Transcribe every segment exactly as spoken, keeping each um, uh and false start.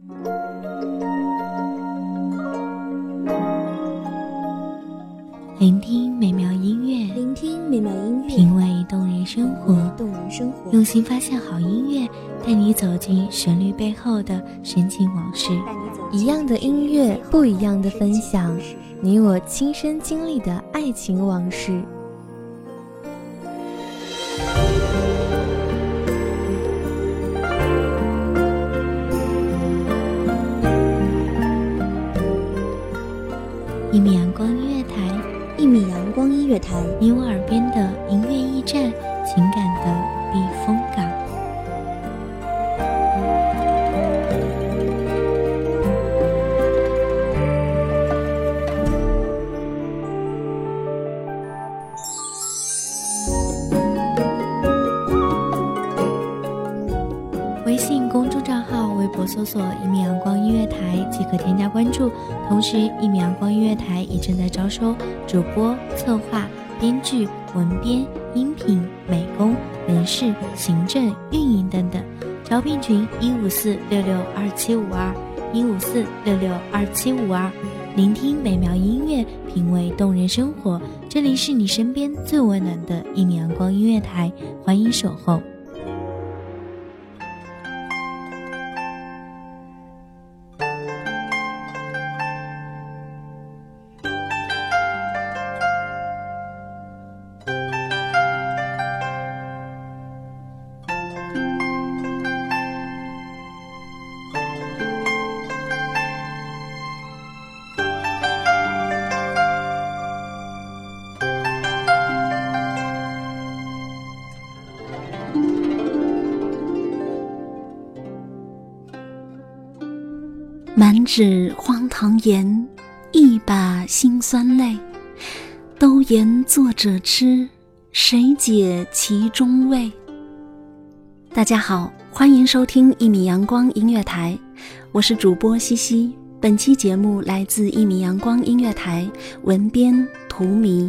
聆听美妙音乐， 聆听美妙音乐， 品味动人生活， 动人生活， 用心发现好音乐，带你走进旋律背后的深情往事。 一样的音乐，不一样的分享，你我亲身经历的爱情往事。 一米阳光音乐台， 一米阳光音乐台， 你我耳边的音乐驿站，情感的避风港。微信公众账号、微博搜索“一米阳光音乐台”即可添加关注。同时，一米阳光音乐台也正在招收主播、策划、编剧、文编、音频、美工、人事、行政、运营等等。招聘群一五四六六二七五二一五四六六二七五二。聆听美妙音乐，品味动人生活。这里是你身边最温暖的一米阳光音乐台，欢迎守候。 满纸荒唐言，一把辛酸泪，都言作者痴，谁解其中味？大家好，欢迎收听一米阳光音乐台，我是主播西西。本期节目来自一米阳光音乐台，文编图迷。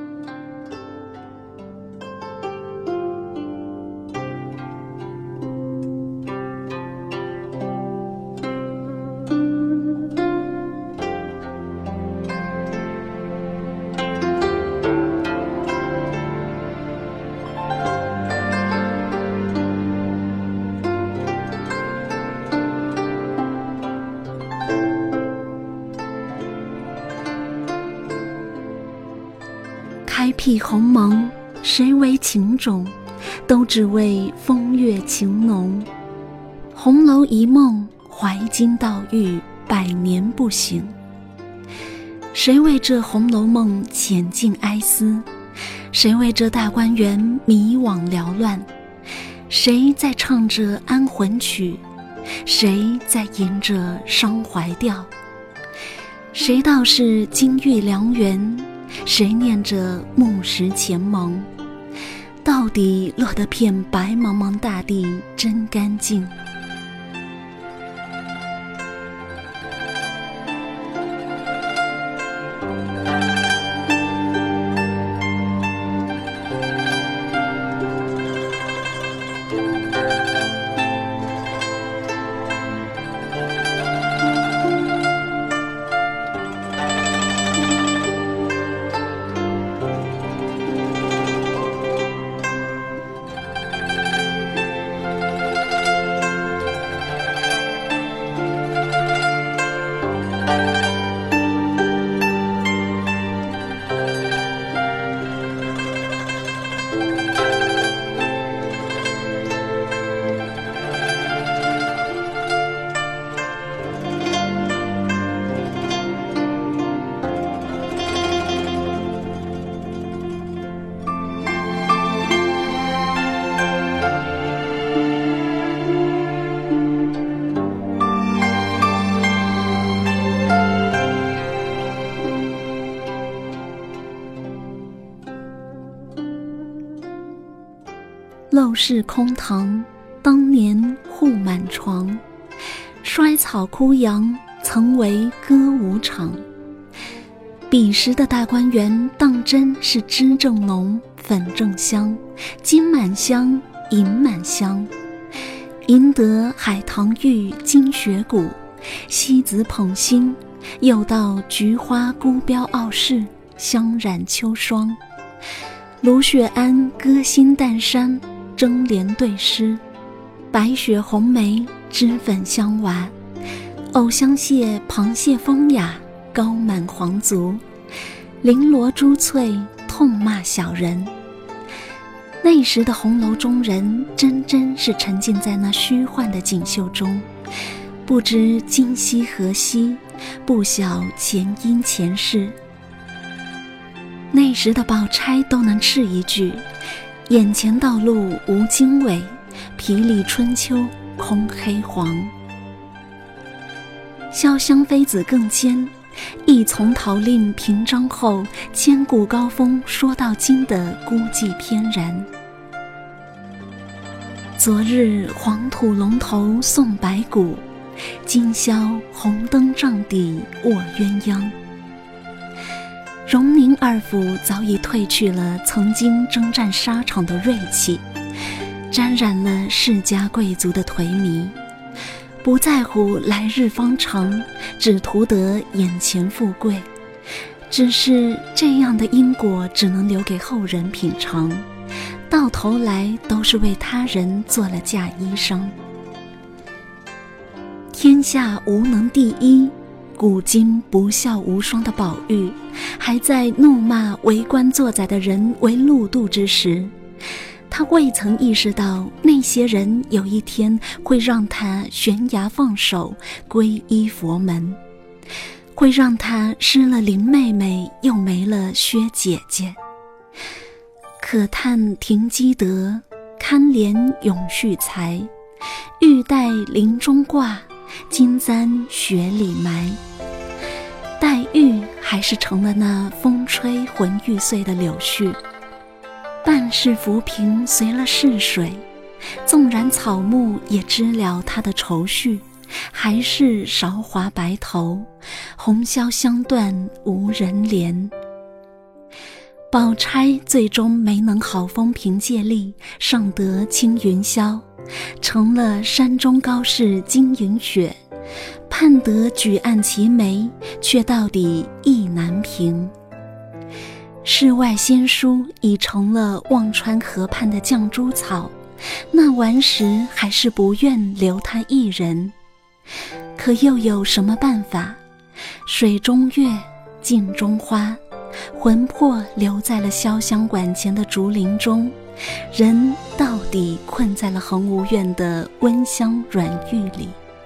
开辟鸿蒙，谁为情种？都只为风月情浓。红楼一梦，怀金悼玉，百年不醒。谁为这红楼梦浅尽哀思？谁为这大观园迷惘缭乱？谁在唱着安魂曲？谁在吟着伤怀调？谁道是金玉良缘？谁念着木石前盟？到底落得片白茫茫大地真干净。陋室空堂，当年户满床。衰草枯杨，曾为歌舞场。彼时的大观园当真是脂正浓，粉正香，金满香，银满香。 赢得海棠玉经雪谷，西子捧心，又到菊花孤标傲世，香染秋霜。卢雪庵歌新淡山，争联对诗，白雪红梅，脂粉香娃，藕香蟹螃蟹风雅，高满皇族，绫罗珠翠，痛骂小人。那时的红楼中人真真是沉浸在那虚幻的锦绣中，不知今夕何夕，不晓前因前世。那时的宝钗都能斥一句：眼前道路无经纬，霹雳春秋空黑黄。潇湘妃子更坚，一从陶令平章后，千古高峰说到今的孤寂翩然。昨日黄土龙头送白骨，今宵红灯帐底卧鸳鸯。荣宁二府早已褪去了曾经征战沙场的锐气，沾染了世家贵族的颓靡，不在乎来日方长，只图得眼前富贵。只是这样的因果只能留给后人品尝，到头来都是为他人做了嫁衣裳。天下无能第一，古今不孝无双的宝玉，还在怒骂为官作宰的人为路度之时，他未曾意识到那些人有一天会让他悬崖放手，皈依佛门，会让他失了林妹妹，又没了薛姐姐。可叹停机德，堪怜永续才，玉带林中挂，金簪雪里埋。黛玉还是成了那风吹魂欲碎的柳絮，半是浮萍随了逝水，纵然草木也知了他的愁绪，还是韶华白头，红绡香断无人怜。宝钗最终没能好风凭借力，上得青云霄，成了山中高士金银雪，盼得举案齐眉，却到底意难平。世外仙姝已成了忘川河畔的绛珠草，那顽石还是不愿留他一人。可又有什么办法？水中月，镜中花，魂魄留在了潇湘馆前的竹林中，人到底困在了恒芜苑的温香软玉里。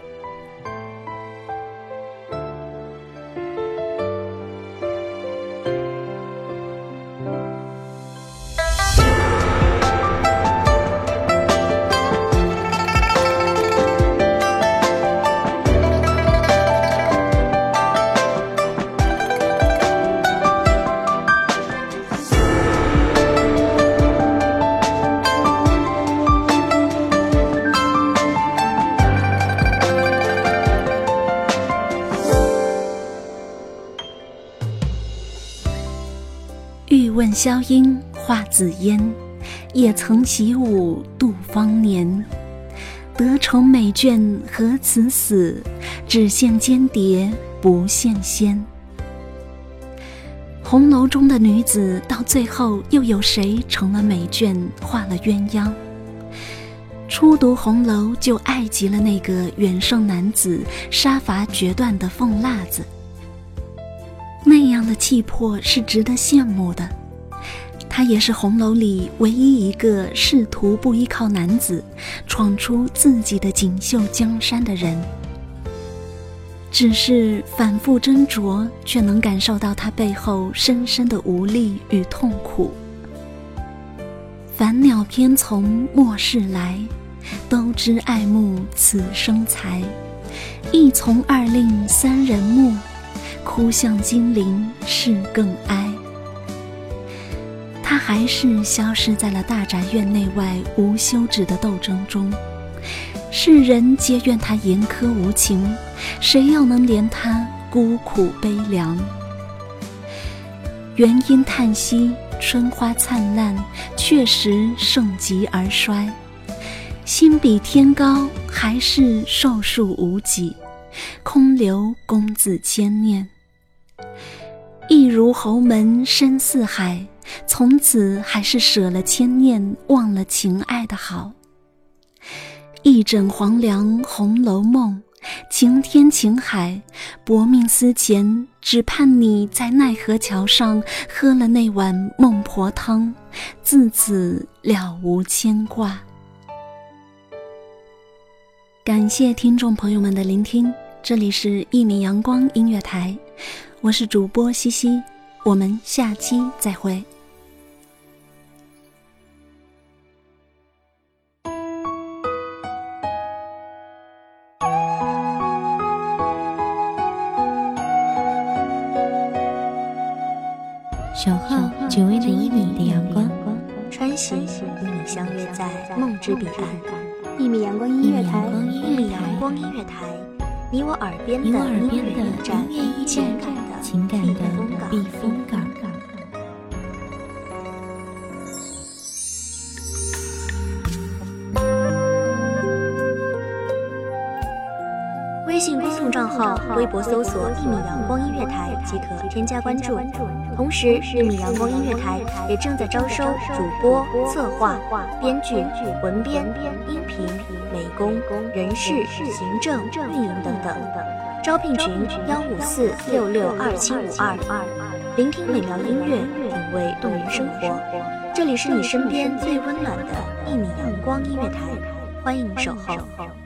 欲问萧音画紫烟，也曾习武度芳年。得宠美眷何辞死，只羡间谍不羡仙。红楼中的女子到最后又有谁成了美眷，画了鸳鸯？初读红楼就爱极了那个远胜男子杀伐决断的凤辣子，那样的气魄是值得羡慕的。他也是红楼里唯一一个试图不依靠男子闯出自己的锦绣江山的人，只是反复斟酌，却能感受到他背后深深的无力与痛苦。凡鸟偏从末世来，都知爱慕此生才。一从二令三人木，哭向金陵事更哀。他还是消失在了大宅院内外无休止的斗争中，世人皆怨他严苛无情，谁又能怜他孤苦悲凉？原因叹息春花灿烂，确实盛极而衰。 心比天高，还是寿数无几，空留公子千念。一如侯门深似海，从此还是舍了牵念，忘了情爱的好。一枕黄粱红楼梦，情天情海，薄命思前，只盼你在奈何桥上喝了那碗孟婆汤，自此了无牵挂。感谢听众朋友们的聆听，这里是一米阳光音乐台，我是主播西西，我们下期再会。 守候只为那一米的阳光， 穿行与你相约在梦之彼岸。一米阳光音乐台，一米阳光音乐台，你我耳边的音乐驿站，情感的避风港。微信公众账号、微博搜索“一米阳光音乐台”即可添加关注。同时，一米阳光音乐台也正在招收主播、策划、编剧、文编、音频、美工、人事、行政、运营等等。招聘群：幺五四六六二七五二。聆听美妙音乐，品味动人生活。这里是你身边最温暖的一米阳光音乐台，欢迎守候。